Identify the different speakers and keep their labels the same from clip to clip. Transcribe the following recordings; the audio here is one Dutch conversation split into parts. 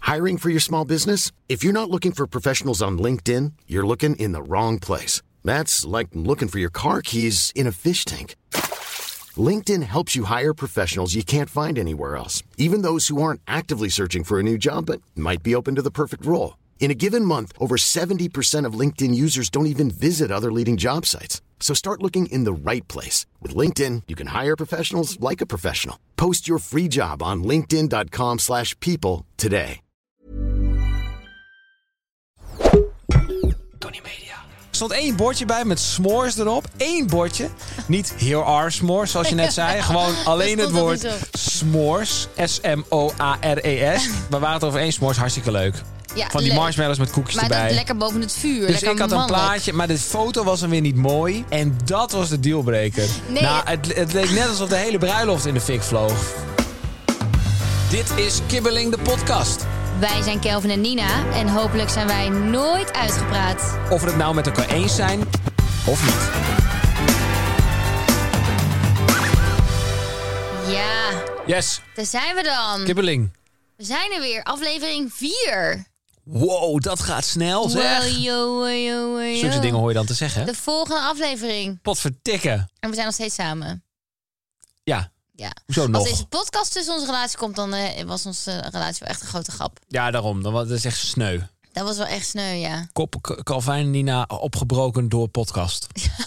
Speaker 1: Hiring for your small business? If you're not looking for professionals on LinkedIn, you're looking in the wrong place. That's like looking for your car keys in a fish tank. LinkedIn helps you hire professionals you can't find anywhere else, even those who aren't actively searching for a new job but might be open to the perfect role. In a given month, over 70% of LinkedIn users don't even visit other leading job sites. So start looking in the right place. With LinkedIn, you can hire professionals like a professional. Post your free job on linkedin.com/people today.
Speaker 2: Tony Media. Er stond 1 bordje bij met s'mores erop. 1 bordje. Niet here are s'mores, zoals je net zei. Gewoon alleen het woord s'mores. S-M-O-A-R-E-S. We waren het over 1 s'mores. Hartstikke leuk.
Speaker 3: Ja,
Speaker 2: van die
Speaker 3: leuk.
Speaker 2: marshmallows met koekjes erbij.
Speaker 3: Maar lekker boven het vuur.
Speaker 2: Dus ik had een plaatje, maar de foto was dan weer niet mooi. En dat was de dealbreaker.
Speaker 3: Nee.
Speaker 2: Nou, het leek net alsof de hele bruiloft in de fik vloog. Dit is Kibbeling de podcast.
Speaker 3: Wij zijn Kelvin en Nina en hopelijk zijn wij nooit uitgepraat.
Speaker 2: Of we het nou met elkaar eens zijn, of niet.
Speaker 3: Ja,
Speaker 2: Yes,
Speaker 3: daar zijn we dan.
Speaker 2: Kibbeling.
Speaker 3: We zijn er weer, aflevering 4.
Speaker 2: Wow, dat gaat snel, zeg. Zulke dingen hoor je dan te zeggen, hè?
Speaker 3: De volgende aflevering.
Speaker 2: Potverdikken.
Speaker 3: En we zijn nog steeds samen.
Speaker 2: Ja,
Speaker 3: Ja.
Speaker 2: hoezo nog?
Speaker 3: Als deze podcast tussen onze relatie komt, dan was onze relatie wel echt een grote grap.
Speaker 2: Ja, daarom. Dat is echt sneu.
Speaker 3: Dat was wel echt sneu, ja.
Speaker 2: Calvin en Nina opgebroken door podcast.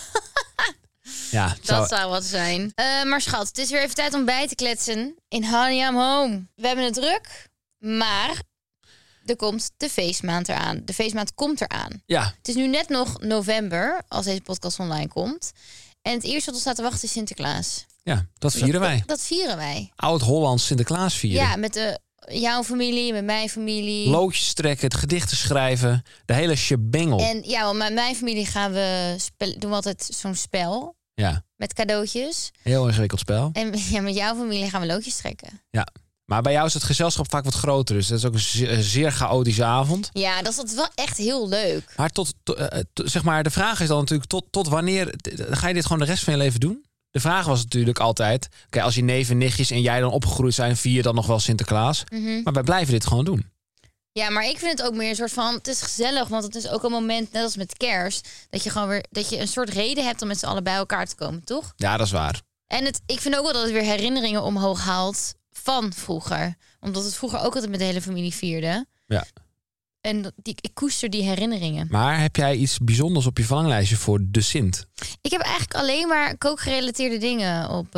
Speaker 2: Ja,
Speaker 3: Dat zou wat zijn. Maar schat, het is weer even tijd om bij te kletsen in Honey I'm Home. We hebben het druk, maar er komt de feestmaand eraan. De feestmaand komt eraan.
Speaker 2: Ja.
Speaker 3: Het is nu net nog november, als deze podcast online komt. En het eerste wat ons staat te wachten is Sinterklaas.
Speaker 2: Ja, dat vieren wij.
Speaker 3: Dat vieren wij.
Speaker 2: Oud-Hollands Sinterklaas vieren.
Speaker 3: Ja, met jouw familie, met mijn familie.
Speaker 2: Loodjes trekken, het gedichten schrijven. De hele shebangel.
Speaker 3: En ja, want met mijn familie gaan we doen we altijd zo'n spel.
Speaker 2: Ja,
Speaker 3: Met cadeautjes.
Speaker 2: heel ingewikkeld spel.
Speaker 3: En ja, met jouw familie gaan we loodjes trekken.
Speaker 2: Ja. Maar bij jou is het gezelschap vaak wat groter. Dus dat is ook een zeer chaotische avond.
Speaker 3: Ja, dat is wel echt heel leuk.
Speaker 2: Maar zeg maar, de vraag is dan natuurlijk tot wanneer ga je dit gewoon de rest van je leven doen? De vraag was natuurlijk altijd, oké, als je neven, nichtjes en jij dan opgegroeid zijn, vier je dan nog wel Sinterklaas. Maar wij blijven dit gewoon doen.
Speaker 3: Ja, maar ik vind het ook meer een soort van, het is gezellig, want het is ook een moment, net als met kerst, dat je gewoon weer, dat je een soort reden hebt om met z'n allen bij elkaar te komen, toch?
Speaker 2: Ja, dat is waar.
Speaker 3: En ik vind ook wel dat het weer herinneringen omhoog haalt van vroeger. Omdat het vroeger ook altijd met de hele familie vierde.
Speaker 2: Ja.
Speaker 3: En ik koester die herinneringen.
Speaker 2: Maar heb jij iets bijzonders op je verlanglijstje voor de Sint?
Speaker 3: Ik heb eigenlijk alleen maar kookgerelateerde dingen op.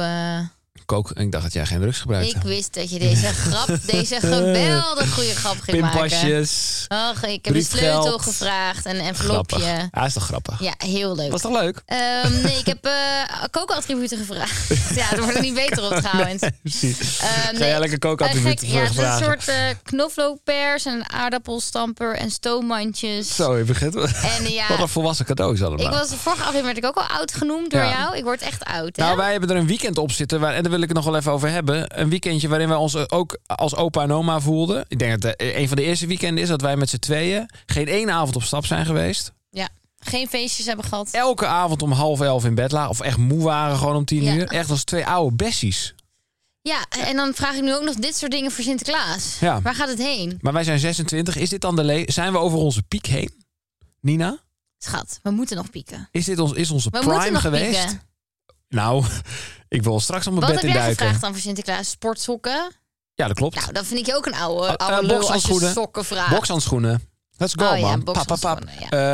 Speaker 2: Ik dacht dat jij geen drugs gebruikte.
Speaker 3: Ik wist dat je deze geweldig goede grap ging maken.
Speaker 2: Pinpasjes.
Speaker 3: Och, ik heb een sleutel gevraagd en een envelopje.
Speaker 2: Grappig. Ja, is toch grappig?
Speaker 3: Ja, heel leuk.
Speaker 2: Was toch leuk?
Speaker 3: Nee, ik heb kookattributen gevraagd. Ja, daar wordt het niet beter op trouwens.
Speaker 2: Precies. Ga jij lekker kookattributen
Speaker 3: vragen?
Speaker 2: vragen?
Speaker 3: Ja, het is een soort knoflookpers en een aardappelstamper en stoommandjes.
Speaker 2: Zo, je begint.
Speaker 3: En ja,
Speaker 2: wat een volwassen cadeaus allemaal.
Speaker 3: de vorige aflevering werd ik ook al oud genoemd door jou. Ik word echt oud, hè?
Speaker 2: Nou, wij hebben er een weekend op zitten. En daar wil ik het nog wel even over hebben. Een weekendje waarin wij ons ook als opa en oma voelden. Ik denk dat het een van de eerste weekenden is dat wij met z'n tweeën geen één avond op stap zijn geweest.
Speaker 3: Ja, geen feestjes hebben gehad.
Speaker 2: Elke avond om 10:30 in bed lagen. Of echt moe waren gewoon om 10 uur. Echt als 2 oude bessies.
Speaker 3: Ja, en dan vraag ik nu ook nog dit soort dingen voor Sinterklaas.
Speaker 2: Ja.
Speaker 3: Waar gaat het heen?
Speaker 2: Maar wij zijn 26. Is dit dan zijn we over onze piek heen? Nina?
Speaker 3: Schat, we moeten nog pieken.
Speaker 2: Is onze
Speaker 3: We
Speaker 2: prime
Speaker 3: moeten nog
Speaker 2: geweest?
Speaker 3: pieken.
Speaker 2: Nou, ik wil straks op mijn
Speaker 3: Wat
Speaker 2: bed
Speaker 3: heb jij
Speaker 2: induiken.
Speaker 3: gevraagd dan voor Sinterklaas? Sportsokken?
Speaker 2: Ja, dat klopt.
Speaker 3: Nou, dan vind ik je ook een oude lul als je
Speaker 2: bokshandschoenen.
Speaker 3: sokken vraagt.
Speaker 2: Bokshandschoenen. Let's go,
Speaker 3: Oh ja,
Speaker 2: man.
Speaker 3: bokshandschoenen,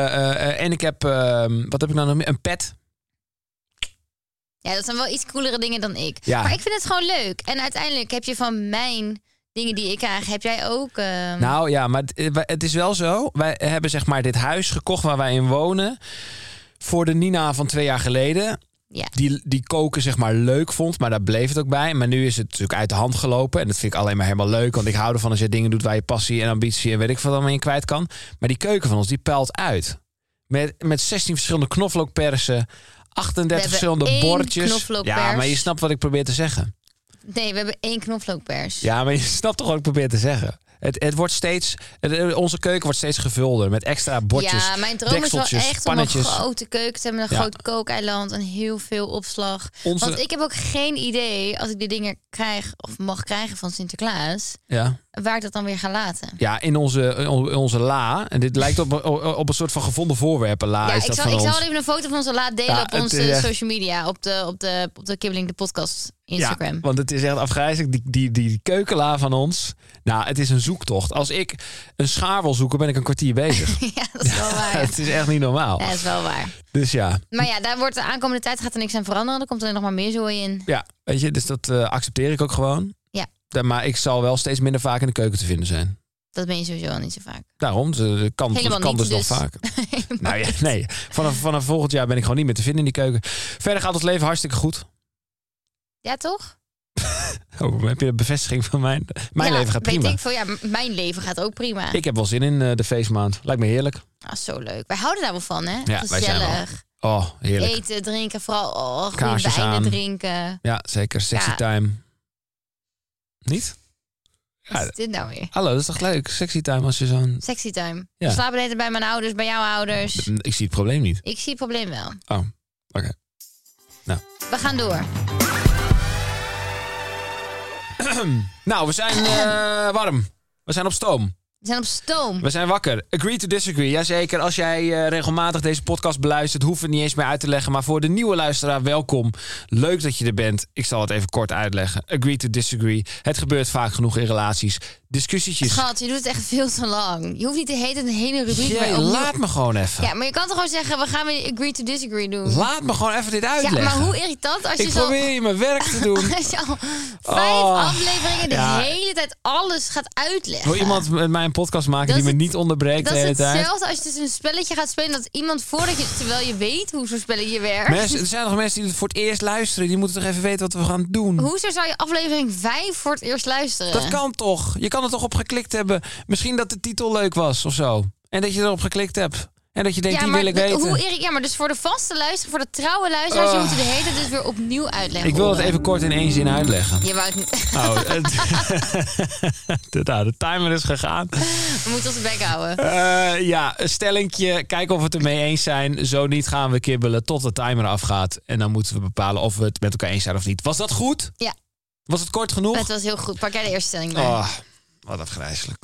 Speaker 2: En ik heb, wat heb ik nou nog meer? Een pet.
Speaker 3: Ja, dat zijn wel iets coolere dingen dan ik.
Speaker 2: Ja.
Speaker 3: Maar ik vind het gewoon leuk. En uiteindelijk heb je van mijn dingen die ik krijg, heb jij ook...
Speaker 2: Nou ja, maar het is wel zo. Wij hebben zeg maar dit huis gekocht waar wij in wonen voor de Nina van 2 jaar geleden.
Speaker 3: Ja.
Speaker 2: Die koken zeg maar leuk vond, maar daar bleef het ook bij. Maar nu is het natuurlijk uit de hand gelopen. En dat vind ik alleen maar helemaal leuk. Want ik hou ervan als je dingen doet waar je passie en ambitie en weet ik wat allemaal in kwijt kan. Maar die keuken van ons, die pijlt uit. Met 16 verschillende knoflookpersen, 38 verschillende bordjes. Ja, maar je snapt wat ik probeer te zeggen.
Speaker 3: Nee, we hebben 1 knoflookpers.
Speaker 2: Ja, maar je snapt toch wat ik probeer te zeggen. Het wordt steeds... Onze keuken wordt steeds gevulder met extra bordjes,
Speaker 3: Ja, mijn droom is wel echt
Speaker 2: pannetjes.
Speaker 3: om een grote keuken te hebben, een groot kookeiland en heel veel opslag. Want ik heb ook geen idee, als ik die dingen krijg of mag krijgen van Sinterklaas, waar ik dat dan weer ga laten.
Speaker 2: Ja, in onze la. En dit lijkt op een soort van gevonden voorwerpen la.
Speaker 3: Ja,
Speaker 2: is
Speaker 3: ik
Speaker 2: dat
Speaker 3: zal
Speaker 2: van ons.
Speaker 3: even een foto van onze la delen op onze social media, op de Kibbeling de podcast Instagram.
Speaker 2: Ja, want het is echt afgrijzelijk. Die keukenla van ons. Nou, het is een zoektocht. Als ik een schaar wil zoeken, ben ik een kwartier bezig.
Speaker 3: Ja, dat is wel waar.
Speaker 2: Het is echt niet normaal.
Speaker 3: Ja, dat is wel waar.
Speaker 2: Dus ja.
Speaker 3: Maar ja, daar wordt de aankomende tijd gaat er niks aan veranderen. Er komt alleen nog maar meer zooi in.
Speaker 2: Ja, weet je, dus dat accepteer ik ook gewoon.
Speaker 3: Ja.
Speaker 2: Maar ik zal wel steeds minder vaak in de keuken te vinden zijn.
Speaker 3: Dat ben je sowieso al niet zo vaak.
Speaker 2: Daarom, kan
Speaker 3: niet,
Speaker 2: dus nog vaker. Nou ja, nee. Vanaf volgend jaar ben ik gewoon niet meer te vinden in die keuken. Verder gaat het leven hartstikke goed.
Speaker 3: Ja, toch?
Speaker 2: Oh, heb je de bevestiging van mijn leven gaat prima.
Speaker 3: Weet ik veel, ja, mijn leven gaat ook prima.
Speaker 2: Ik heb wel zin in de feestmaand. Lijkt me heerlijk.
Speaker 3: Ah, zo leuk. Wij houden daar wel van, hè?
Speaker 2: Ja, wij zijn wel. Oh, heerlijk.
Speaker 3: Eten, drinken, vooral goede
Speaker 2: Kaarsjes
Speaker 3: wijnen
Speaker 2: aan.
Speaker 3: drinken.
Speaker 2: Ja, zeker. Sexy time. Niet?
Speaker 3: Wat is dit nou weer?
Speaker 2: Hallo, dat is toch leuk? Sexy time als je zo'n...
Speaker 3: Sexy time.
Speaker 2: Ja.
Speaker 3: We slapen eten bij mijn ouders, bij jouw ouders.
Speaker 2: Ik zie het probleem niet.
Speaker 3: Ik zie het probleem wel.
Speaker 2: Oh, oké. Nou.
Speaker 3: We gaan door.
Speaker 2: Nou, we zijn warm. We zijn op stoom.
Speaker 3: We zijn op stoom.
Speaker 2: We zijn wakker. Agree to disagree. Jazeker, als jij regelmatig deze podcast beluistert, hoeven we het niet eens meer uit te leggen. Maar voor de nieuwe luisteraar, welkom. Leuk dat je er bent. Ik zal het even kort uitleggen. Agree to disagree. Het gebeurt vaak genoeg in relaties. Discussietjes.
Speaker 3: Schat, je doet het echt veel te lang. Je hoeft niet de hele rubriek
Speaker 2: Jee, laat me gewoon even.
Speaker 3: Ja, maar je kan toch gewoon zeggen, we gaan weer agree to disagree doen.
Speaker 2: Laat me gewoon even dit uitleggen.
Speaker 3: Ja, maar hoe irritant als je
Speaker 2: Ik probeer je mijn werk te doen.
Speaker 3: Als je al 5 afleveringen de hele tijd alles gaat uitleggen.
Speaker 2: Wil iemand met mij een podcast maken die me niet onderbreekt de hele tijd?
Speaker 3: Dat is hetzelfde als je dus een spelletje gaat spelen, dat iemand voordat je, terwijl je weet hoe zo'n spelletje werkt.
Speaker 2: Er zijn nog mensen die het voor het eerst luisteren. Die moeten toch even weten wat we gaan doen.
Speaker 3: Hoezo zou je aflevering 5 voor het eerst luisteren?
Speaker 2: Dat kan toch? Je kan er toch op geklikt hebben. Misschien dat de titel leuk was of zo. En dat je erop geklikt hebt. En dat je denkt, die wil ik weten.
Speaker 3: Ja, maar dus voor de vaste luisteraar, voor de trouwe luisteraars, je moet de hele tijd dus weer opnieuw uitleggen.
Speaker 2: Ik wil het even kort in 1 zin uitleggen.
Speaker 3: Je wou het niet.
Speaker 2: Oh, de timer is gegaan.
Speaker 3: We moeten onze bek houden.
Speaker 2: Ja, een stellingje. Kijken of we het ermee eens zijn. Zo niet gaan we kibbelen tot de timer afgaat. En dan moeten we bepalen of we het met elkaar eens zijn of niet. Was dat goed?
Speaker 3: Ja.
Speaker 2: Was het kort genoeg?
Speaker 3: Het was heel goed. Pak jij de eerste stelling bij.
Speaker 2: Oh, wat afgrijselijk.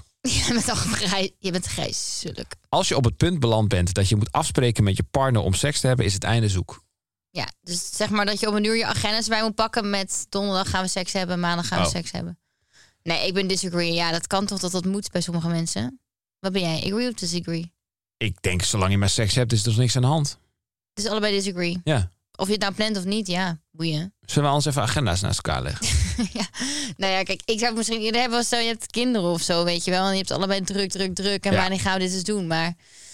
Speaker 3: Je bent grijzelijk.
Speaker 2: Als je op het punt beland bent dat je moet afspreken met je partner om seks te hebben, is het einde zoek.
Speaker 3: Ja, dus zeg maar dat je op een uur je agenda's bij moet pakken met donderdag gaan we seks hebben, maandag gaan we seks hebben. Nee, ik ben disagree. Ja, dat kan toch dat moet bij sommige mensen. Wat ben jij? Agree of disagree?
Speaker 2: Ik denk, zolang je maar seks hebt, is er dus niks aan de hand.
Speaker 3: Dus allebei disagree?
Speaker 2: Ja.
Speaker 3: Of je het nou plant of niet, ja, boeien.
Speaker 2: Zullen we ons even agenda's naast elkaar leggen?
Speaker 3: Ja. Nou ja, kijk, ik zou het misschien eerder hebben als je hebt kinderen of zo, weet je wel. En je hebt allebei druk. En wanneer gaan we dit eens doen? Maar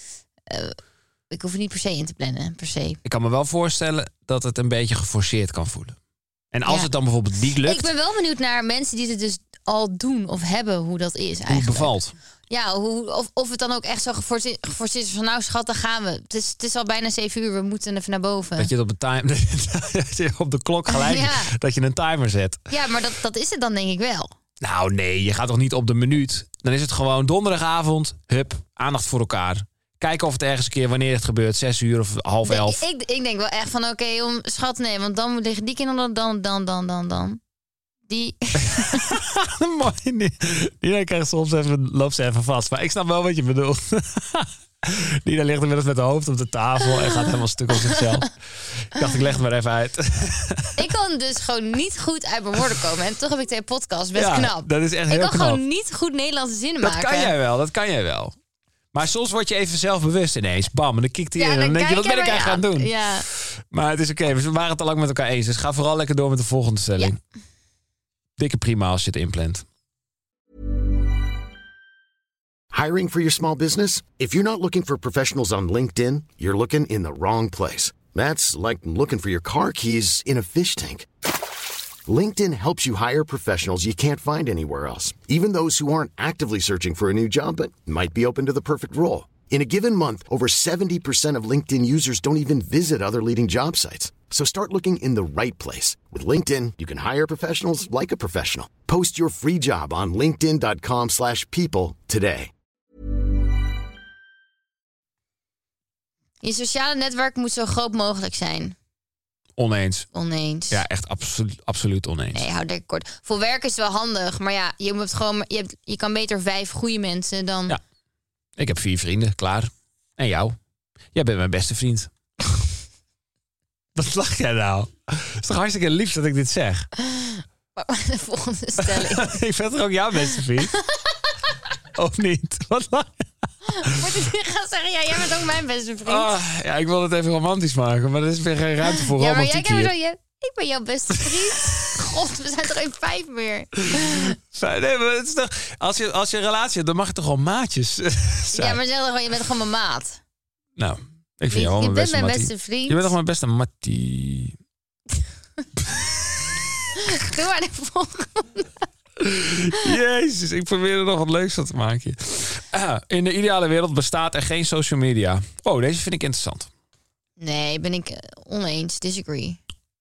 Speaker 3: ik hoef het niet per se in te plannen, per se.
Speaker 2: Ik kan me wel voorstellen dat het een beetje geforceerd kan voelen. En als het dan bijvoorbeeld niet lukt...
Speaker 3: Ik ben wel benieuwd naar mensen die het dus al doen of hebben, hoe dat is eigenlijk.
Speaker 2: Hoe het bevalt.
Speaker 3: Ja, of het dan ook echt zo geforceerd is van nou schat, dan gaan we. Het is al bijna 7 uur, we moeten even naar boven.
Speaker 2: Dat je het dat je op de klok gelijk, dat je een timer zet.
Speaker 3: Ja, maar dat is het dan denk ik wel.
Speaker 2: Nou nee, je gaat toch niet op de minuut. Dan is het gewoon donderdagavond, hup, aandacht voor elkaar. Kijken of het ergens een keer, wanneer het gebeurt, 6 uur of 10:30.
Speaker 3: Ik denk wel echt van oké, schat, nee, want dan liggen die kinderen dan. Die...
Speaker 2: Mooi, Nina krijgt soms loopt ze even vast. Maar ik snap wel wat je bedoelt. Nina ligt inmiddels met haar hoofd op de tafel en gaat helemaal stuk op zichzelf. Ik dacht, ik leg het maar even uit.
Speaker 3: Ik kan dus gewoon niet goed uit mijn woorden komen. En toch heb ik deze podcast best knap.
Speaker 2: Dat is echt heel knap.
Speaker 3: Ik kan gewoon niet goed Nederlandse zinnen maken.
Speaker 2: Dat kan jij wel. Maar soms word je even zelfbewust ineens. Bam, en dan kikt hij in. En dan denk je, wat ben ik eigenlijk aan het doen? Ja. Maar het is oké. We waren het al lang met elkaar eens. Dus ga vooral lekker door met de volgende stelling. Ja. Dikke prima als je het inplant.
Speaker 1: Hiring for your small business? If you're not looking for professionals on LinkedIn, you're looking in the wrong place. That's like looking for your car keys in a fish tank. LinkedIn helps you hire professionals you can't find anywhere else, even those who aren't actively searching for a new job but might be open to the perfect role. In a given month, over 70% of LinkedIn users don't even visit other leading job sites. So start looking in the right place. With LinkedIn, you can hire professionals like a professional. Post your free job on linkedin.com/people today.
Speaker 3: Je sociale netwerk moet zo groot mogelijk zijn.
Speaker 2: Oneens. Ja, echt absoluut oneens.
Speaker 3: Nee, hou lekker kort. Voor werk is het wel handig, maar ja, je kan beter 5 goede mensen dan...
Speaker 2: Ja. Ik heb 4 vrienden, klaar. En jou? Jij bent mijn beste vriend. Wat lach jij nou? Het is toch hartstikke lief dat ik dit zeg?
Speaker 3: De volgende stelling.
Speaker 2: Ik ben toch ook jouw beste vriend? Of niet? Wat lach je?
Speaker 3: Moet ik nu gaan zeggen, ja, jij bent ook mijn beste vriend.
Speaker 2: Ja, ik wil het even romantisch maken, maar er is weer geen ruimte voor romantiek hier.
Speaker 3: Ik ben jouw beste vriend. God, we zijn toch geen 5 meer.
Speaker 2: Nee, maar het is toch, als je een relatie hebt, dan mag het toch gewoon maatjes zijn.
Speaker 3: Ja, maar zeg dan gewoon, je bent gewoon mijn maat.
Speaker 2: Nou, ik vind jou wel mijn beste mattie.
Speaker 3: Je bent mijn beste vriend.
Speaker 2: Je bent toch mijn beste mattie.
Speaker 3: Doe maar de volgende.
Speaker 2: Jezus, ik probeer er nog wat leuks van te maken. In de ideale wereld bestaat er geen social media. Oh, deze vind ik interessant.
Speaker 3: Nee, ben ik oneens. Disagree.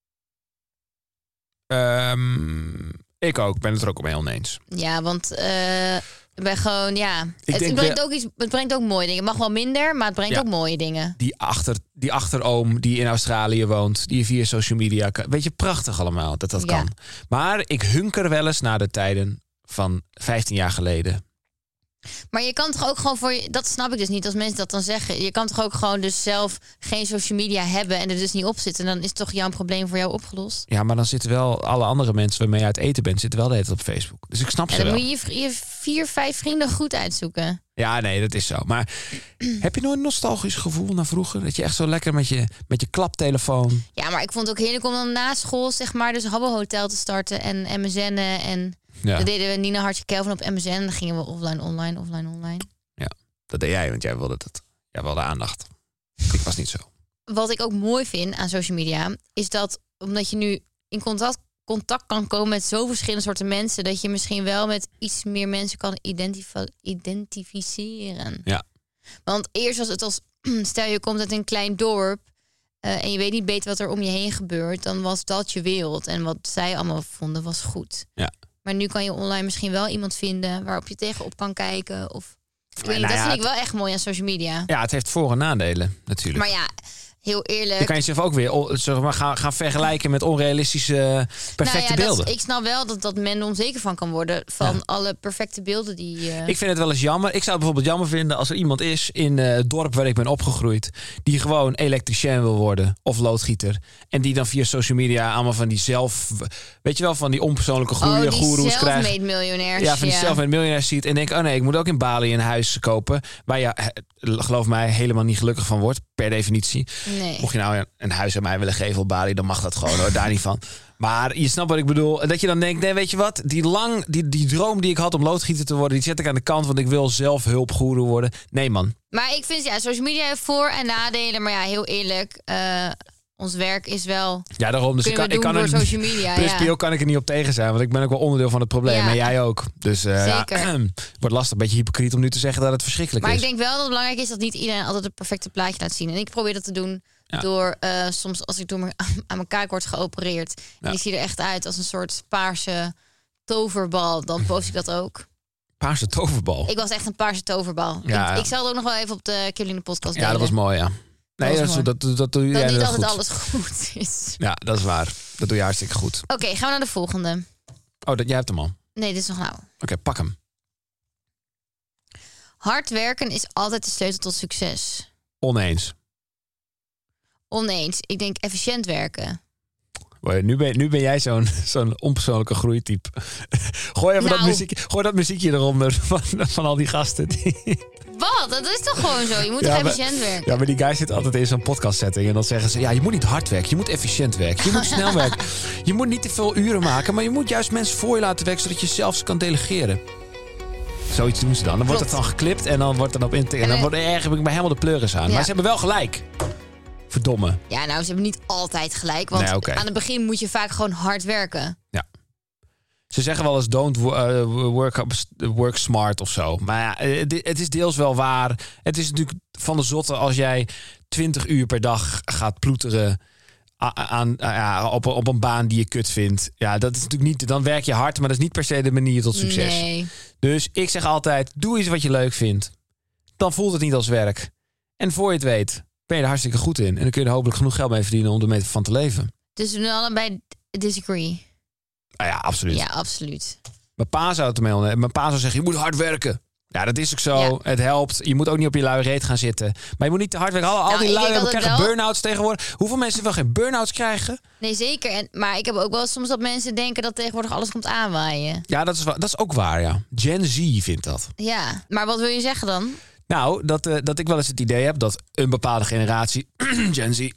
Speaker 2: Ik ook. Ben het er ook mee oneens.
Speaker 3: Ja, want ik ben gewoon, ja. Het brengt ook mooie dingen. Het mag wel minder, maar het brengt ook mooie dingen. Die achteroom die in Australië woont, die via social media kan. Weet je, prachtig allemaal dat kan. Maar ik hunker wel eens naar de tijden van 15 jaar geleden. Maar je kan toch ook gewoon dat snap ik dus niet als mensen dat dan zeggen. Je kan toch ook gewoon dus zelf geen social media hebben en er dus niet op zitten. En dan is toch jouw probleem voor jou opgelost?
Speaker 2: Ja, maar dan zitten wel alle andere mensen waarmee je uit eten bent, zitten wel de hele tijd op Facebook. Dus ik snap ze wel.
Speaker 3: Dan moet je 4, 5 vrienden goed uitzoeken.
Speaker 2: Ja, nee, dat is zo. Maar heb je nooit een nostalgisch gevoel naar vroeger? Dat je echt zo lekker met je klaptelefoon...
Speaker 3: Ja, maar ik vond het ook heerlijk om dan na school, zeg maar, dus Habbo Hotel te starten en MSN'en en... Ja. Dat deden we Nina Hartje Kelvin op MSN. Dan gingen we offline, online.
Speaker 2: Ja, dat deed jij, want jij wilde aandacht. Ik was niet zo.
Speaker 3: Wat ik ook mooi vind aan social media... is dat, omdat je nu in contact kan komen met zo verschillende soorten mensen... dat je misschien wel met iets meer mensen kan identificeren.
Speaker 2: Ja.
Speaker 3: Want eerst was het als... stel je komt uit een klein dorp... en je weet niet beter wat er om je heen gebeurt... dan was dat je wereld. En wat zij allemaal vonden was goed.
Speaker 2: Ja.
Speaker 3: Maar nu kan je online misschien wel iemand vinden waarop je tegenop kan kijken. Of dat vind ik wel echt mooi aan social media.
Speaker 2: Ja, het heeft voor- en nadelen natuurlijk.
Speaker 3: Maar ja, heel eerlijk.
Speaker 2: Je kan jezelf ook weer gaan vergelijken met onrealistische perfecte beelden.
Speaker 3: Ik snap wel dat men onzeker van kan worden van alle perfecte beelden die...
Speaker 2: Ik vind het wel eens jammer. Ik zou het bijvoorbeeld jammer vinden als er iemand is in het dorp waar ik ben opgegroeid, die gewoon elektricien wil worden of loodgieter. En die dan via social media allemaal van die weet je wel, van die onpersoonlijke goeroes krijgt.
Speaker 3: Self-made miljonairs.
Speaker 2: Ja, van die self-made miljonairs ziet en denkt, oh nee, ik moet ook in Bali een huis kopen waar je, geloof mij, helemaal niet gelukkig van wordt, per definitie.
Speaker 3: Nee.
Speaker 2: Mocht je nou een huis aan mij willen geven op Bali, dan mag dat gewoon hoor, daar niet van. Maar je snapt wat ik bedoel. Dat je dan denkt, nee, weet je wat? Die droom die ik had om loodgieter te worden, die zet ik aan de kant, want ik wil zelf hulpgoeroe worden. Nee, man.
Speaker 3: Maar ik vind, social media heeft voor- en nadelen. Maar ja, heel eerlijk, ons werk is wel...
Speaker 2: Ja, daarom. Dus ik kan
Speaker 3: door social media.
Speaker 2: Principieel kan ik er niet op tegen zijn, want ik ben ook wel onderdeel van het probleem. Ja. En jij ook. Dus
Speaker 3: zeker.
Speaker 2: Wordt lastig, een beetje hypocriet om nu te zeggen dat het verschrikkelijk is.
Speaker 3: Maar ik denk wel dat het belangrijk is dat niet iedereen altijd het perfecte plaatje laat zien. En ik probeer dat te doen door soms als ik aan mijn kaak word geopereerd. En ik zie er echt uit als een soort paarse toverbal. Dan post ik dat ook.
Speaker 2: Paarse toverbal?
Speaker 3: Ik was echt een paarse toverbal.
Speaker 2: Ja,
Speaker 3: ik zal het ook nog wel even op de Caroline podcast delen.
Speaker 2: Ja, dat was mooi, ja. Nee, dat doe je
Speaker 3: dat niet altijd
Speaker 2: goed.
Speaker 3: alles goed is.
Speaker 2: Ja, dat is waar. Dat doe je hartstikke goed.
Speaker 3: Oké, gaan we naar de volgende.
Speaker 2: Oh, jij hebt hem al.
Speaker 3: Nee, dit is nog nou.
Speaker 2: Oké, pak hem.
Speaker 3: Hard werken is altijd de sleutel tot succes.
Speaker 2: Oneens.
Speaker 3: Ik denk efficiënt werken.
Speaker 2: Nu ben jij zo'n onpersoonlijke groeitype. Gooi even dat muziekje eronder van al die gasten.
Speaker 3: Wat? Dat is toch gewoon zo? Je moet toch efficiënt werken?
Speaker 2: Ja, maar die guys zitten altijd in zo'n podcastsetting. En dan zeggen ze, je moet niet hard werken. Je moet efficiënt werken. Je moet snel werken. Je moet niet te veel uren maken. Maar je moet juist mensen voor je laten werken, zodat je zelf ze kan delegeren. Zoiets doen ze dan. Dan wordt het dan geklipt en dan wordt er op en dan wordt heb ik mij helemaal de pleuris aan. Ja. Maar ze hebben wel gelijk. Verdomme.
Speaker 3: Ja, nou, ze hebben niet altijd gelijk. Want aan het begin moet je vaak gewoon hard werken.
Speaker 2: Ja. Ze zeggen wel eens don't work smart of zo. Maar ja, het is deels wel waar. Het is natuurlijk van de zotte als jij 20 uur per dag gaat ploeteren op een baan die je kut vindt. Ja, dat is natuurlijk niet. Dan werk je hard, maar dat is niet per se de manier tot succes.
Speaker 3: Nee.
Speaker 2: Dus ik zeg altijd, doe iets wat je leuk vindt. Dan voelt het niet als werk. En voor je het weet, ben je er hartstikke goed in. En dan kun je er hopelijk genoeg geld mee verdienen om ermee van te leven.
Speaker 3: Dus we doen allebei disagree.
Speaker 2: Ja, absoluut.
Speaker 3: Ja, absoluut.
Speaker 2: Mijn pa zou het ermee ondernemen. Mijn pa zou zeggen, je moet hard werken. Ja, dat is ook zo. Ja. Het helpt. Je moet ook niet op je luie reet gaan zitten. Maar je moet niet te hard werken. Al die lui krijgen burn-outs tegenwoordig. Hoeveel mensen wel geen burn-outs krijgen?
Speaker 3: Nee, zeker. Maar ik heb ook wel soms dat mensen denken dat tegenwoordig alles komt aanwaaien.
Speaker 2: Ja, dat is ook waar, ja. Gen Z vindt dat.
Speaker 3: Ja, maar wat wil je zeggen dan?
Speaker 2: Nou, dat ik wel eens het idee heb dat een bepaalde generatie, Gen Z...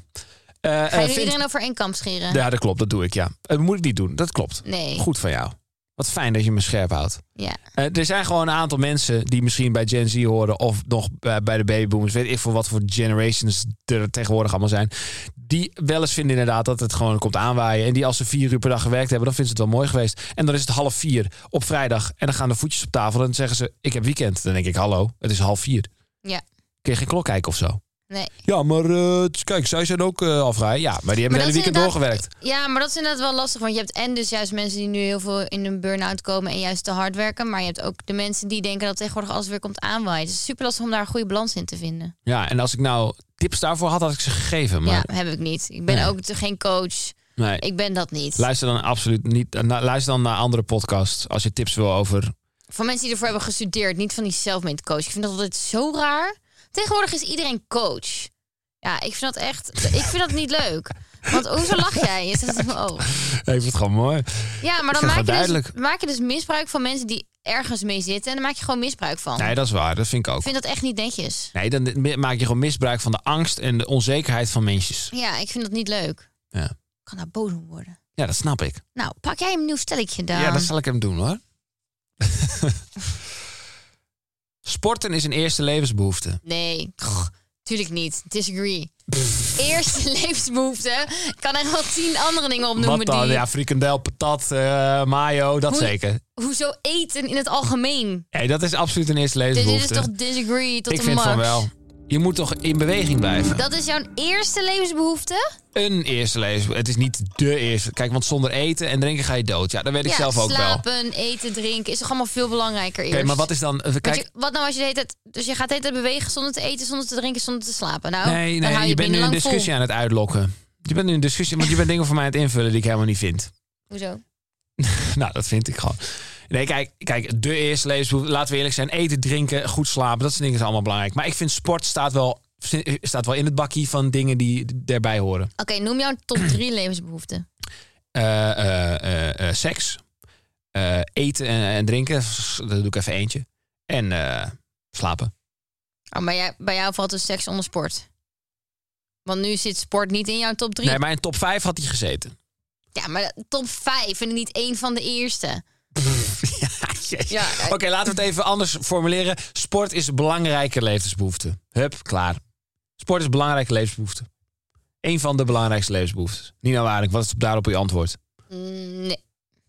Speaker 3: Ga je iedereen over één kam scheren?
Speaker 2: Ja, dat klopt. Dat doe ik, ja. Dat moet ik niet doen. Dat klopt.
Speaker 3: Nee.
Speaker 2: Goed van jou. Wat fijn dat je me scherp houdt.
Speaker 3: Ja.
Speaker 2: Er zijn gewoon een aantal mensen die misschien bij Gen Z horen... of nog bij de babyboomers. Weet ik voor wat voor generations er tegenwoordig allemaal zijn. Die wel eens vinden inderdaad dat het gewoon komt aanwaaien. En die als ze 4 uur per dag gewerkt hebben... dan vinden ze het wel mooi geweest. En dan is het 3:30 op vrijdag. En dan gaan de voetjes op tafel. En dan zeggen ze, ik heb weekend. Dan denk ik, hallo, het is 3:30.
Speaker 3: Ja.
Speaker 2: Kun je geen klok kijken of zo?
Speaker 3: Nee.
Speaker 2: Ja, maar kijk, zij zijn ook al vrij. Ja, maar die hebben het hele weekend doorgewerkt.
Speaker 3: Ja, maar dat is inderdaad wel lastig. Want je hebt en dus juist mensen die nu heel veel in een burn-out komen... en juist te hard werken. Maar je hebt ook de mensen die denken dat tegenwoordig alles weer komt aanwaaien. Het is super lastig om daar een goede balans in te vinden. Ja,
Speaker 2: en als ik nou tips daarvoor had ik ze gegeven. Maar...
Speaker 3: Ja, heb ik niet. Ik ben ook geen coach.
Speaker 2: Nee.
Speaker 3: Ik ben dat niet.
Speaker 2: Luister dan absoluut niet. Luister dan naar andere podcasts als je tips wil over...
Speaker 3: Van mensen die ervoor hebben gestudeerd. Niet van die self-made coach. Ik vind dat altijd zo raar. Tegenwoordig is iedereen coach. Ja, ik vind dat niet leuk. Want hoezo lach jij? Je zet het in mijn oog.
Speaker 2: Ja, ik vind het gewoon mooi.
Speaker 3: Ja, maar dan maak je dus misbruik van mensen die ergens mee zitten. En dan maak je gewoon misbruik van.
Speaker 2: Nee, dat is waar. Dat vind ik ook.
Speaker 3: Ik vind dat echt niet netjes.
Speaker 2: Nee, dan maak je gewoon misbruik van de angst en de onzekerheid van mensjes.
Speaker 3: Ja, ik vind dat niet leuk.
Speaker 2: Ja.
Speaker 3: Ik kan daar boos om worden.
Speaker 2: Ja, dat snap ik.
Speaker 3: Nou, pak jij een nieuw stelletje dan.
Speaker 2: Ja, dat zal ik hem doen hoor. Sporten is een eerste levensbehoefte.
Speaker 3: Nee, tuurlijk niet. Disagree. Eerste levensbehoefte. Ik kan echt wel 10 andere dingen opnoemen.
Speaker 2: Wat dan? Ja, frikandel, patat, mayo, dat zeker.
Speaker 3: Hoezo eten in het algemeen?
Speaker 2: Nee, dat is absoluut een eerste levensbehoefte.
Speaker 3: Dit is toch disagree tot
Speaker 2: ik
Speaker 3: de max?
Speaker 2: Ik vind van wel. Je moet toch in beweging blijven.
Speaker 3: Dat is jouw eerste levensbehoefte?
Speaker 2: Een eerste levensbehoefte. Het is niet de eerste. Kijk, want zonder eten en drinken ga je dood. Ja, dat weet ik zelf ook wel.
Speaker 3: Slapen, eten, drinken is toch allemaal veel belangrijker eerst.
Speaker 2: Oké, maar wat is dan... Kijk,
Speaker 3: wat nou als je de hele tijd... Dus je gaat de hele tijd bewegen zonder te eten, zonder te drinken, zonder te slapen. Nou,
Speaker 2: nee, je bent nu een discussie aan het uitlokken. Je bent nu een discussie, want je bent dingen voor mij aan het invullen die ik helemaal niet vind.
Speaker 3: Hoezo?
Speaker 2: Nou, dat vind ik gewoon. Nee, kijk, de eerste levensbehoefte, laten we eerlijk zijn, eten, drinken, goed slapen, dat soort dingen zijn allemaal belangrijk. Maar ik vind sport staat wel in het bakkie van dingen die erbij horen.
Speaker 3: Oké, noem jouw top 3 levensbehoeften.
Speaker 2: Seks, eten en drinken, dat doe ik even eentje. En slapen.
Speaker 3: Oh, maar bij jou valt dus seks onder sport. Want nu zit sport niet in jouw top 3.
Speaker 2: Nee, maar in top 5 had hij gezeten.
Speaker 3: Ja, maar top 5 en niet één van de eerste.
Speaker 2: Ja. Oké, laten we het even anders formuleren. Sport is een belangrijke levensbehoefte. Hup, klaar. Sport is een belangrijke levensbehoefte. Eén van de belangrijkste levensbehoeftes. Nina Waring, wat is daarop je antwoord?
Speaker 3: Nee.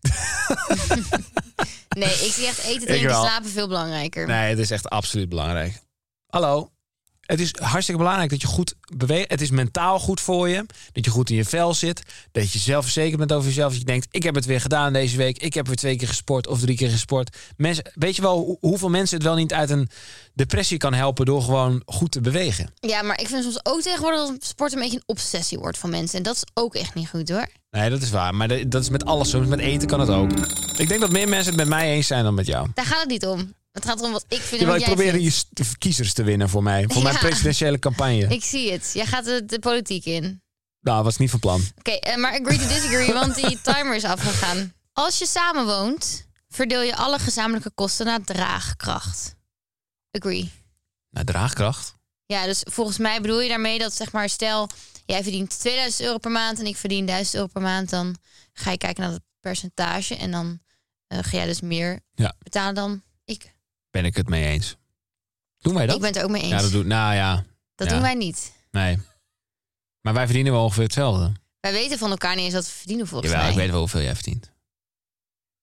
Speaker 3: Nee, ik zie echt eten, drinken, slapen veel belangrijker.
Speaker 2: Nee, het is echt absoluut belangrijk. Hallo. Het is hartstikke belangrijk dat je goed beweegt. Het is mentaal goed voor je. Dat je goed in je vel zit. Dat je zelfverzekerd bent over jezelf. Dat je denkt, ik heb het weer gedaan deze week. Ik heb weer 2 keer gesport of 3 keer gesport. Weet je wel hoeveel mensen het wel niet uit een depressie kan helpen door gewoon goed te bewegen?
Speaker 3: Ja, maar ik vind soms ook tegenwoordig dat sport een beetje een obsessie wordt van mensen. En dat is ook echt niet goed hoor.
Speaker 2: Nee, dat is waar. Maar dat is met alles zo. Met eten kan het ook. Ik denk dat meer mensen het met mij eens zijn dan met jou.
Speaker 3: Daar gaat het niet om. Het gaat erom wat ik vind.
Speaker 2: Ik probeer je kiezers te winnen voor mij. Voor mijn presidentiële campagne.
Speaker 3: Ik zie het. Jij gaat de politiek in.
Speaker 2: Nou, was niet van plan.
Speaker 3: Oké, maar agree to disagree, want die timer is afgegaan. Als je samenwoont, verdeel je alle gezamenlijke kosten naar draagkracht. Agree.
Speaker 2: Naar draagkracht?
Speaker 3: Ja, dus volgens mij bedoel je daarmee dat, zeg maar, stel, jij verdient €2000 per maand en ik verdien €1000 per maand. Dan ga je kijken naar het percentage en dan ga jij dus meer betalen dan ik.
Speaker 2: Ben ik het mee eens. Doen wij dat?
Speaker 3: Ik ben het er ook mee eens.
Speaker 2: Ja, dat
Speaker 3: doen wij niet.
Speaker 2: Nee. Maar wij verdienen wel ongeveer hetzelfde.
Speaker 3: Wij weten van elkaar niet eens wat we verdienen volgens mij.
Speaker 2: Ja, ik weet wel hoeveel jij verdient.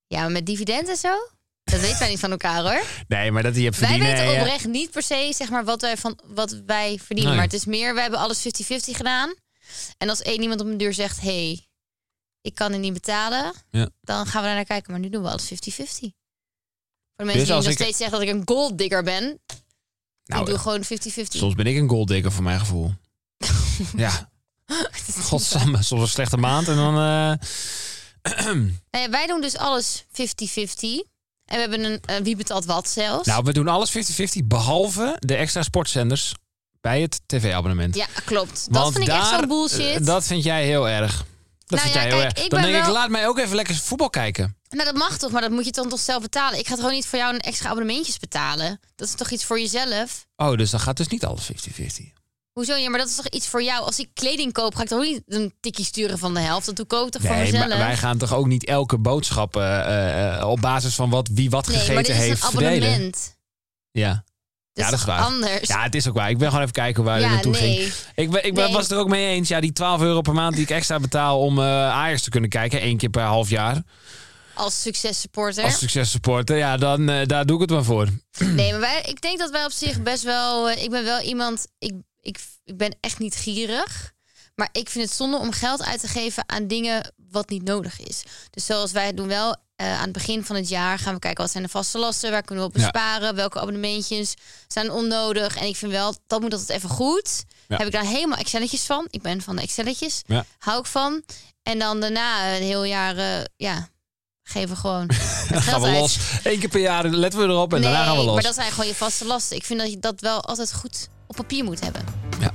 Speaker 3: Ja, maar met dividend en zo? Dat weten wij niet van elkaar, hoor.
Speaker 2: Nee, maar dat die hebt verdiend.
Speaker 3: Wij weten oprecht niet per se, zeg maar, wat wij verdienen. Nee. Maar het is meer, wij hebben alles 50-50 gedaan. En als één iemand op mijn deur zegt... hey, ik kan het niet betalen... dan gaan we daar naar kijken. Maar nu doen we alles 50-50. Voor de mensen die nog steeds zeggen dat ik een golddigger ben... ik doe gewoon 50-50.
Speaker 2: Soms ben ik een golddigger, voor mijn gevoel. Ja. Godsamme, soms een slechte maand en dan...
Speaker 3: Nou ja, wij doen dus alles 50-50... En we hebben een wie betaalt wat zelfs.
Speaker 2: Nou, we doen alles 50-50, behalve de extra sportzenders bij het tv-abonnement.
Speaker 3: Ja, klopt. Dat vind ik echt zo'n bullshit.
Speaker 2: Dat vind jij heel erg. Dan denk ik, laat mij ook even lekker voetbal kijken.
Speaker 3: Nou, dat mag toch, maar dat moet je dan toch zelf betalen. Ik ga gewoon niet voor jou een extra abonnementjes betalen. Dat is toch iets voor jezelf?
Speaker 2: Oh, dus dan gaat dus niet alles 50-50.
Speaker 3: Hoezo? Ja, maar dat is toch iets voor jou? Als ik kleding koop, ga ik toch niet een tikkie sturen van de helft? Dat doe ik ook toch voor mezelf? Nee,
Speaker 2: maar wij gaan toch ook niet elke boodschap op basis van wie wat gegeten heeft verdelen? Nee, maar dit is een abonnement. Ja. Ja, dat is waar. Anders. Ja, het is ook waar. Ik ben gewoon even kijken waar het naartoe ging. Ik was het er ook mee eens. Ja, die €12 per maand die ik extra betaal om Ajax te kunnen kijken. 1 keer per half jaar.
Speaker 3: Als successupporter,
Speaker 2: ja, dan daar doe ik het maar voor.
Speaker 3: Nee, maar ik denk dat wij op zich best wel... ik ben wel iemand... Ik ben echt niet gierig. Maar ik vind het zonde om geld uit te geven aan dingen wat niet nodig is. Dus zoals wij doen wel... aan het begin van het jaar gaan we kijken wat zijn de vaste lasten, waar kunnen we op besparen, welke abonnementjes zijn onnodig. En ik vind wel, dat moet altijd even goed. Heb ik daar helemaal Excelletjes van. Ik ben van de Excelletjes. Hou ik van. En dan daarna een heel jaar, geven we gewoon het
Speaker 2: gaan we los. 1 keer per jaar letten we erop en daarna gaan we los.
Speaker 3: Maar dat zijn gewoon je vaste lasten. Ik vind dat je dat wel altijd goed op papier moet hebben. Ja.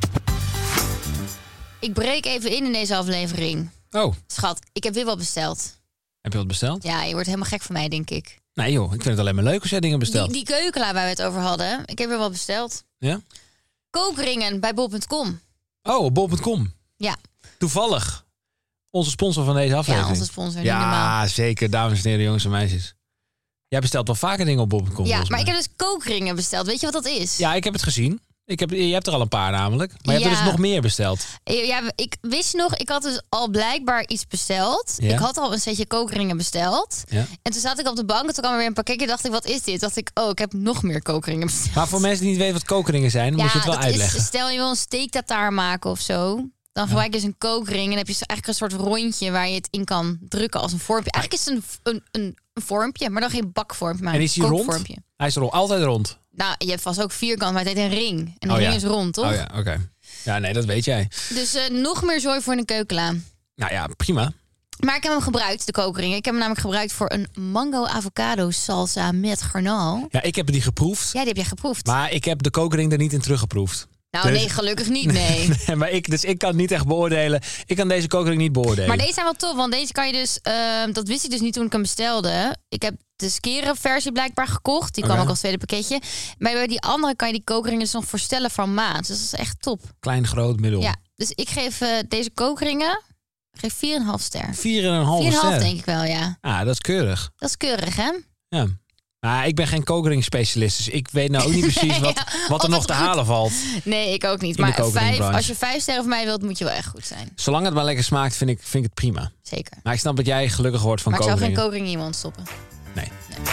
Speaker 3: Ik breek even in deze aflevering.
Speaker 2: Oh.
Speaker 3: Schat, ik heb weer wat besteld.
Speaker 2: Heb je wat besteld?
Speaker 3: Ja, je wordt helemaal gek van mij, denk ik.
Speaker 2: Nee joh, ik vind het alleen maar leuk als jij dingen bestelt.
Speaker 3: Die keukelaar waar we het over hadden, ik heb weer wat besteld.
Speaker 2: Ja?
Speaker 3: Kookringen bij bol.com.
Speaker 2: Oh, bol.com.
Speaker 3: Ja.
Speaker 2: Toevallig. Onze sponsor van deze aflevering.
Speaker 3: Ja, onze sponsor.
Speaker 2: Ja, zeker. Dames en heren, jongens en meisjes. Jij bestelt wel vaker dingen op bol.com.
Speaker 3: Ja, maar ik heb dus kookringen besteld. Weet je wat dat is?
Speaker 2: Ja, ik heb het gezien. Je hebt er al een paar namelijk. Maar je hebt er dus nog meer besteld.
Speaker 3: Ja, ik wist nog, ik had dus al blijkbaar iets besteld. Ja? Ik had al een setje kookringen besteld. Ja? En toen zat ik op de bank en toen kwam er weer een pakketje. Dacht ik, wat is dit? Dacht ik, ik heb nog meer kookringen besteld.
Speaker 2: Maar voor mensen die niet weten wat kookringen zijn, moet je het wel uitleggen.
Speaker 3: Stel je wil een steak-tartare maken of zo. Dan gebruik je dus een kookring en dan heb je eigenlijk een soort rondje waar je het in kan drukken als een vormpje. Eigenlijk is het een vormpje, maar dan geen bakvormpje, maar
Speaker 2: en is
Speaker 3: een
Speaker 2: kookvormpje. Rond? Hij is altijd rond.
Speaker 3: Nou, je hebt vast ook vierkant, maar het heet een ring. En een ring is rond, toch?
Speaker 2: Oh ja, oké. Ja, nee, dat weet jij.
Speaker 3: Dus nog meer zooi voor een keukelaar.
Speaker 2: Nou ja, prima.
Speaker 3: Maar ik heb hem gebruikt, de kookring. Ik heb hem namelijk gebruikt voor een mango avocado salsa met garnal.
Speaker 2: Ja, ik heb die geproefd.
Speaker 3: Ja, die heb jij geproefd.
Speaker 2: Maar ik heb de kookring er niet in teruggeproefd.
Speaker 3: Nou, nee, gelukkig niet, nee.
Speaker 2: Maar ik kan het niet echt beoordelen. Ik kan deze kookring niet beoordelen.
Speaker 3: Maar deze zijn wel tof, want deze kan je dus... dat wist ik dus niet toen ik hem bestelde. Ik heb de skere versie blijkbaar gekocht. Die kwam ook als tweede pakketje. Maar bij die andere kan je die kookringen dus nog voorstellen van maat. Dus dat is echt top.
Speaker 2: Klein, groot, middel.
Speaker 3: Ja, dus ik geef deze kookringen... geef 4,5 ster. 4,5
Speaker 2: ster?
Speaker 3: 4,5 denk ik wel, ja.
Speaker 2: Ah, dat is keurig.
Speaker 3: Dat is keurig, hè?
Speaker 2: Ja. Maar ik ben geen kookring-specialist, dus ik weet nou ook niet precies wat er nog te halen valt.
Speaker 3: Nee, ik ook niet. Maar als je 5 sterren van mij wilt, moet je wel echt goed zijn.
Speaker 2: Zolang het maar lekker smaakt, vind ik het prima.
Speaker 3: Zeker.
Speaker 2: Maar ik snap dat jij gelukkig wordt van kookringen.
Speaker 3: Maar ik zou geen kookring in je mond stoppen.
Speaker 2: Nee.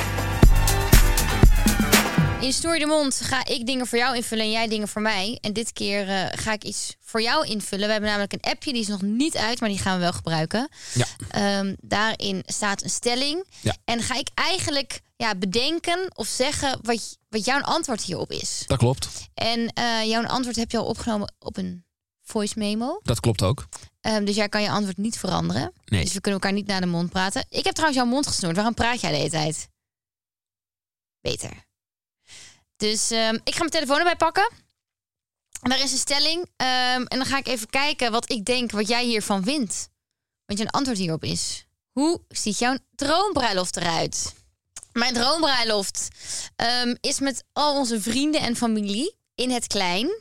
Speaker 3: In Story de Mond ga ik dingen voor jou invullen en jij dingen voor mij. En dit keer ga ik iets voor jou invullen. We hebben namelijk een appje, die is nog niet uit, maar die gaan we wel gebruiken. Ja. Daarin staat een stelling. Ja. En ga ik eigenlijk bedenken of zeggen wat jouw antwoord hierop is.
Speaker 2: Dat klopt.
Speaker 3: En jouw antwoord heb je al opgenomen op een voice memo.
Speaker 2: Dat klopt ook.
Speaker 3: Dus jij kan je antwoord niet veranderen.
Speaker 2: Nee.
Speaker 3: Dus we kunnen elkaar niet naar de mond praten. Ik heb trouwens jouw mond gesnoerd. Waarom praat jij de hele tijd? Beter. Dus ik ga mijn telefoon erbij pakken. En daar is een stelling. En dan ga ik even kijken wat ik denk, wat jij hiervan vindt. Wat je een antwoord hierop is. Hoe ziet jouw droombruiloft eruit? Mijn droombruiloft is met al onze vrienden en familie in het klein.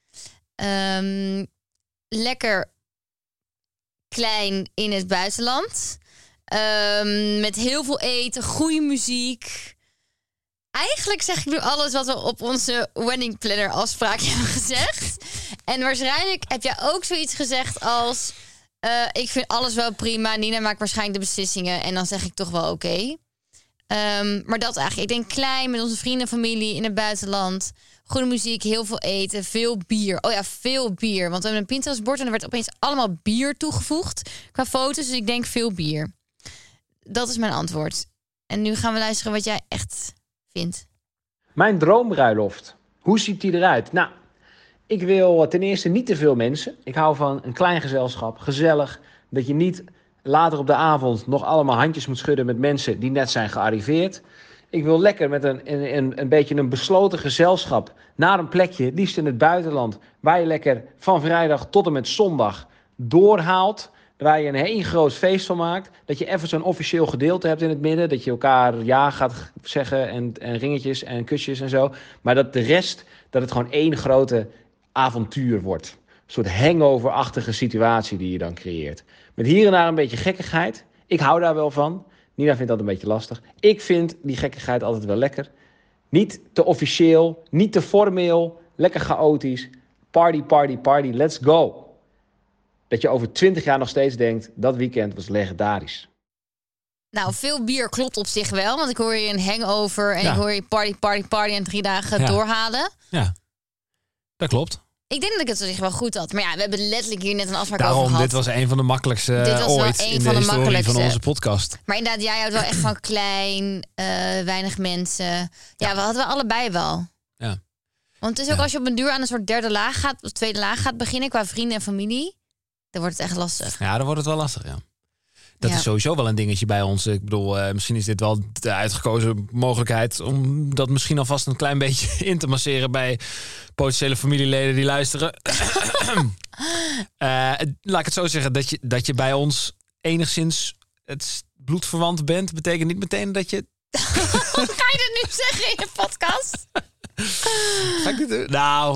Speaker 3: Lekker klein in het buitenland. Met heel veel eten, goede muziek. Eigenlijk zeg ik nu alles wat we op onze wedding planner afspraak hebben gezegd. En waarschijnlijk heb jij ook zoiets gezegd als... ik vind alles wel prima. Nina maakt waarschijnlijk de beslissingen. En dan zeg ik toch wel oké. Maar dat eigenlijk. Ik denk klein, met onze vrienden en familie in het buitenland. Goede muziek, heel veel eten, veel bier. Oh ja, veel bier. Want we hebben een Pinterest-bord en er werd opeens allemaal bier toegevoegd qua foto's. Dus ik denk veel bier. Dat is mijn antwoord. En nu gaan we luisteren wat jij echt vindt.
Speaker 4: Mijn droombruiloft. Hoe ziet die eruit? Nou, ik wil ten eerste niet te veel mensen. Ik hou van een klein gezelschap, gezellig. Dat je niet later op de avond nog allemaal handjes moet schudden met mensen die net zijn gearriveerd. Ik wil lekker met een beetje een besloten gezelschap naar een plekje, liefst in het buitenland, waar je lekker van vrijdag tot en met zondag doorhaalt. Waar je een heel groot feest van maakt. Dat je even zo'n officieel gedeelte hebt in het midden. Dat je elkaar ja gaat zeggen en ringetjes en kusjes en zo. Maar dat de rest, dat het gewoon één grote avontuur wordt. Een soort hangover-achtige situatie die je dan creëert. Met hier en daar een beetje gekkigheid. Ik hou daar wel van. Nina vindt dat een beetje lastig. Ik vind die gekkigheid altijd wel lekker. Niet te officieel, niet te formeel. Lekker chaotisch. Party, party, party, let's go. Dat je over 20 jaar nog steeds denkt, dat weekend was legendarisch.
Speaker 3: Nou, veel bier klopt op zich wel. Want ik hoor je een hangover en ik hoor je party, party, party en 3 dagen doorhalen.
Speaker 2: Ja, dat klopt.
Speaker 3: Ik denk dat ik het op zich wel goed had. Maar ja, we hebben letterlijk hier net een afspraak over gehad.
Speaker 2: Dit was een van de makkelijkste ooit in de historie van onze podcast.
Speaker 3: Maar inderdaad, jij houdt wel echt van klein, weinig mensen. Ja, we hadden we allebei wel.
Speaker 2: Ja.
Speaker 3: Want het is ook als je op een duur aan een soort derde laag gaat, of tweede laag gaat beginnen qua vrienden en familie, dan wordt het echt lastig.
Speaker 2: Ja, dan wordt het wel lastig, ja. Dat is sowieso wel een dingetje bij ons. Ik bedoel, misschien is dit wel de uitgekozen mogelijkheid om dat misschien alvast een klein beetje in te masseren bij potentiële familieleden die luisteren. Laat ik het zo zeggen, dat je bij ons enigszins het bloedverwant bent, betekent niet meteen dat je...
Speaker 3: Ga je dat nu zeggen in je podcast?
Speaker 2: Ga ik dit doen? Nou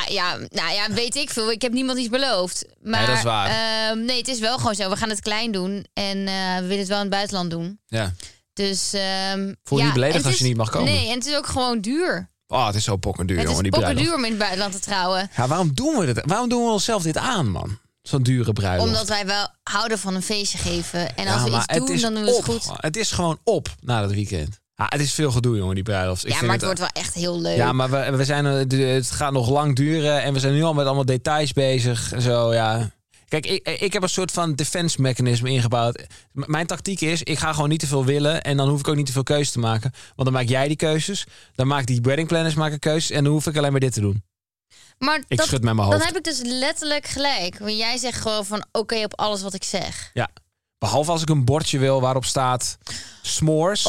Speaker 3: ja, weet ik veel. Ik heb niemand iets beloofd. Maar,
Speaker 2: nee, dat is waar.
Speaker 3: Nee, het is wel gewoon zo. We gaan het klein doen. En we willen het wel in het buitenland doen.
Speaker 2: Ja.
Speaker 3: Dus
Speaker 2: voel je niet beledigd als je niet mag komen?
Speaker 3: Nee, en het is ook gewoon duur.
Speaker 2: Oh, het is zo pokkenduur, jongen.
Speaker 3: Het is pokkenduur om in het buitenland te trouwen.
Speaker 2: Ja, waarom doen we dit? Waarom doen we onszelf dit aan, man? Zo'n dure bruiloft.
Speaker 3: Omdat wij wel houden van een feestje geven. En als we iets doen, dan doen we het goed.
Speaker 2: Het is gewoon op na dat weekend. Het is veel gedoe, jongen, die bruiloft.
Speaker 3: Ja, maar het wordt wel echt heel leuk.
Speaker 2: Ja, maar het gaat nog lang duren. En we zijn nu al met allemaal details bezig. Zo, ja. Kijk, ik heb een soort van defense mechanisme ingebouwd. Mijn tactiek is, ik ga gewoon niet te veel willen. En dan hoef ik ook niet te veel keuzes te maken. Want dan maak jij die keuzes. Dan maakt die wedding planners keuzes. En dan hoef ik alleen maar dit te doen.
Speaker 3: Maar
Speaker 2: ik schud met mijn hoofd.
Speaker 3: Dan heb ik dus letterlijk gelijk. Want jij zegt gewoon van oké op alles wat ik zeg.
Speaker 2: Ja. Behalve als ik een bordje wil waarop staat s'mores,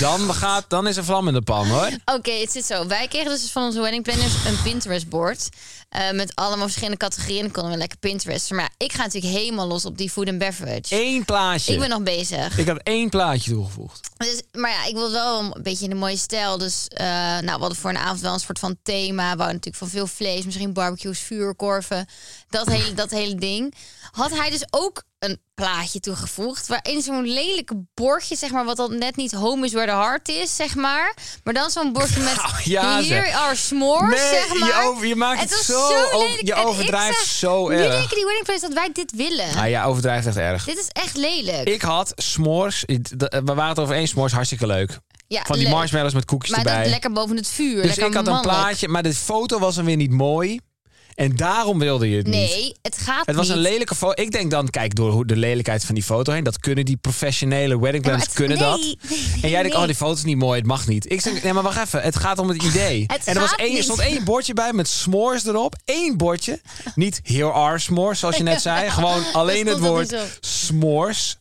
Speaker 2: dan is er vlam in de pan, hoor.
Speaker 3: Oké, het zit zo. Wij kregen dus van onze wedding planners een Pinterest-bord. Met allemaal verschillende categorieën. Dan konden we lekker Pinterest. Maar ja, ik ga natuurlijk helemaal los op die food and beverage.
Speaker 2: 1 plaatje.
Speaker 3: Ik ben nog bezig.
Speaker 2: Ik heb 1 plaatje toegevoegd.
Speaker 3: Dus, maar ja, ik wil wel een beetje in de mooie stijl. Dus we hadden voor een avond wel een soort van thema. We houden natuurlijk van veel vlees. Misschien barbecues, vuurkorven. Dat hele ding. Had hij dus ook een plaatje toegevoegd waarin zo'n lelijke bordje, zeg maar, wat dan net niet home is where the heart is, zeg maar. Maar dan zo'n bordje met here are s'mores, zeg maar.
Speaker 2: Je maakt het zo je overdrijft zo erg.
Speaker 3: Nu denken die wedding planners dat wij dit willen.
Speaker 2: Ja, overdrijft echt erg.
Speaker 3: Dit is echt lelijk.
Speaker 2: Ik had s'mores, we waren het over 1 s'mores, hartstikke leuk.
Speaker 3: Ja,
Speaker 2: van die marshmallows met koekjes erbij.
Speaker 3: Maar dat lekker boven het vuur.
Speaker 2: Dus ik had een plaatje, maar de foto was dan weer niet mooi. En daarom wilde je het niet.
Speaker 3: Nee, het gaat niet.
Speaker 2: Het was een lelijke foto. Ik denk dan, kijk, door de lelijkheid van die foto heen. Dat kunnen die professionele wedding planners, dat. En jij denkt, die foto is niet mooi, het mag niet. Ik denk, nee, maar wacht even. Het gaat om het idee. Er stond 1 bordje bij met s'mores erop. 1 bordje. Niet here are s'mores, zoals je net zei. Gewoon alleen het woord s'mores.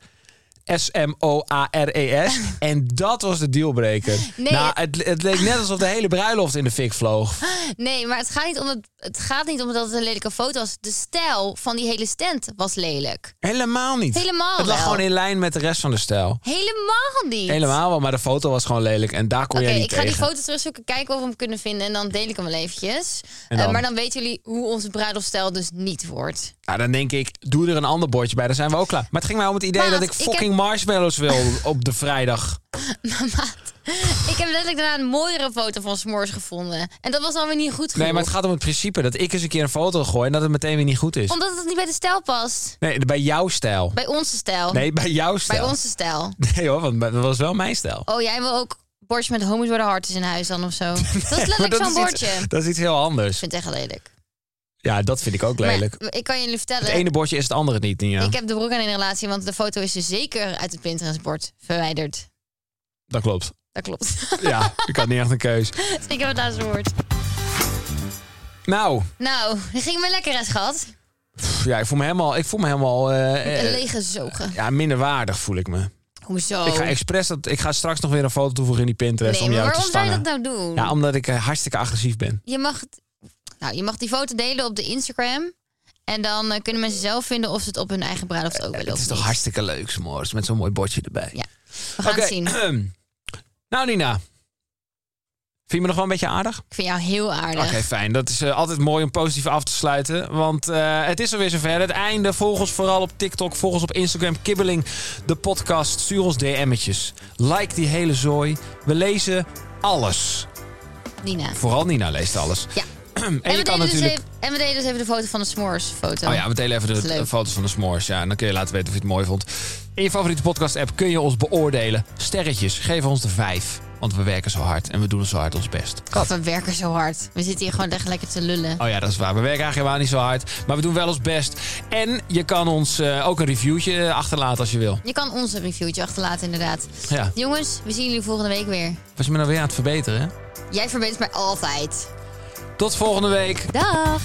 Speaker 2: S-M-O-A-R-E-S. En dat was de dealbreaker. Nee, het leek net alsof de hele bruiloft in de fik vloog.
Speaker 3: Nee, maar het gaat niet om dat het een lelijke foto was. De stijl van die hele stand was lelijk.
Speaker 2: Helemaal niet. Het lag gewoon in lijn met de rest van de stijl.
Speaker 3: Helemaal niet.
Speaker 2: Helemaal wel, maar de foto was gewoon lelijk. En daar kon je niet tegen.
Speaker 3: Ik ga die foto terugzoeken, kijken of we hem kunnen vinden. En dan deel ik hem wel eventjes. Maar dan weten jullie hoe onze bruiloftstijl dus niet wordt.
Speaker 2: Nou, dan denk ik, doe er een ander bordje bij. Dan zijn we ook klaar. Maar het ging mij om het idee dat ik fucking marshmallows wil op de vrijdag.
Speaker 3: Maat, ik heb letterlijk daarna een mooiere foto van s'mores gevonden. En dat was dan weer niet goed genoeg.
Speaker 2: Nee, maar het gaat om het principe dat ik eens een keer een foto gooi en dat het meteen weer niet goed is.
Speaker 3: Omdat het niet bij de stijl past.
Speaker 2: Nee, bij jouw stijl.
Speaker 3: Bij onze stijl.
Speaker 2: Nee, bij jouw stijl.
Speaker 3: Bij onze stijl.
Speaker 2: Nee hoor, want dat was wel mijn stijl.
Speaker 3: Oh, jij wil ook bordje met homies worden hartjes in huis dan of zo? Dat is letterlijk zo'n bordje.
Speaker 2: Dat is iets heel anders.
Speaker 3: Ik vind het echt lelijk.
Speaker 2: Ja, dat vind ik ook lelijk.
Speaker 3: Maar ik kan jullie vertellen...
Speaker 2: Het ene bordje is het andere niet, Nina.
Speaker 3: Ik heb de broek aan in een relatie, want de foto is dus zeker uit het Pinterest-bord verwijderd.
Speaker 2: Dat klopt.
Speaker 3: Dat klopt.
Speaker 2: Ja, ik had niet echt een keus.
Speaker 3: Ik heb het laatste woord.
Speaker 2: Nou,
Speaker 3: die ging me lekker, hè, schat.
Speaker 2: Ja, ik voel me helemaal
Speaker 3: een lege zogen.
Speaker 2: Ja, minderwaardig voel ik me.
Speaker 3: Hoezo?
Speaker 2: Ik ga straks nog weer een foto toevoegen in die Pinterest om jou te stangen.
Speaker 3: Waarom zou je dat nou doen?
Speaker 2: Ja, omdat ik hartstikke agressief ben.
Speaker 3: Je mag die foto delen op de Instagram. En dan kunnen mensen zelf vinden of ze het op hun eigen bruiloft ook willen.
Speaker 2: Het is toch hartstikke leuk, s'mores, met zo'n mooi bordje erbij.
Speaker 3: Ja, we gaan het zien.
Speaker 2: Nou, Nina. Vind je me nog wel een beetje aardig?
Speaker 3: Ik vind jou heel aardig.
Speaker 2: Oké, fijn. Dat is altijd mooi om positief af te sluiten. Want het is alweer zover. Het einde. Volg ons vooral op TikTok. Volg ons op Instagram. Kibbeling, de podcast. Stuur ons DM'tjes. Like die hele zooi. We lezen alles.
Speaker 3: Nina.
Speaker 2: Vooral Nina leest alles.
Speaker 3: Ja.
Speaker 2: En we
Speaker 3: delen dus even de foto van de s'mores foto.
Speaker 2: Oh ja, we delen even de foto's van de s'mores. Ja, en dan kun je laten weten of je het mooi vond. In je favoriete podcast app kun je ons beoordelen. Sterretjes. Geef ons de 5. Want we werken zo hard en we doen zo hard ons best.
Speaker 3: We werken zo hard. We zitten hier gewoon echt lekker te lullen.
Speaker 2: Oh ja, dat is waar. We werken eigenlijk helemaal niet zo hard. Maar we doen wel ons best. En je kan ons ook een reviewtje achterlaten als je wil.
Speaker 3: Je kan ons een reviewtje achterlaten, inderdaad.
Speaker 2: Ja.
Speaker 3: Jongens, we zien jullie volgende week weer.
Speaker 2: Was je me nou weer aan het verbeteren, hè?
Speaker 3: Jij verbetert mij altijd.
Speaker 2: Tot volgende week.
Speaker 3: Dag.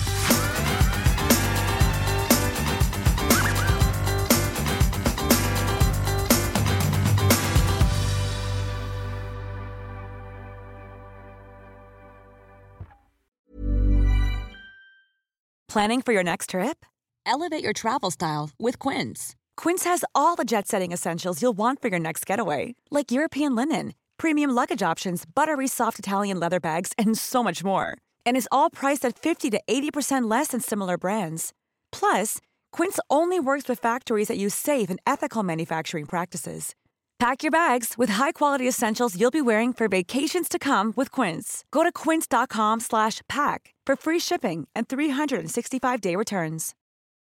Speaker 5: Planning for your next trip?
Speaker 6: Elevate your travel style with Quince.
Speaker 5: Quince has all the jet-setting essentials you'll want for your next getaway, like European linen, premium luggage options, buttery soft Italian leather bags, and so much more. And is all priced at 50 to 80% less than similar brands. Plus, Quince only works with factories that use safe and ethical manufacturing practices. Pack your bags with high-quality essentials you'll be wearing for vacations to come with Quince. Go to quince.com/pack for free shipping and 365-day returns.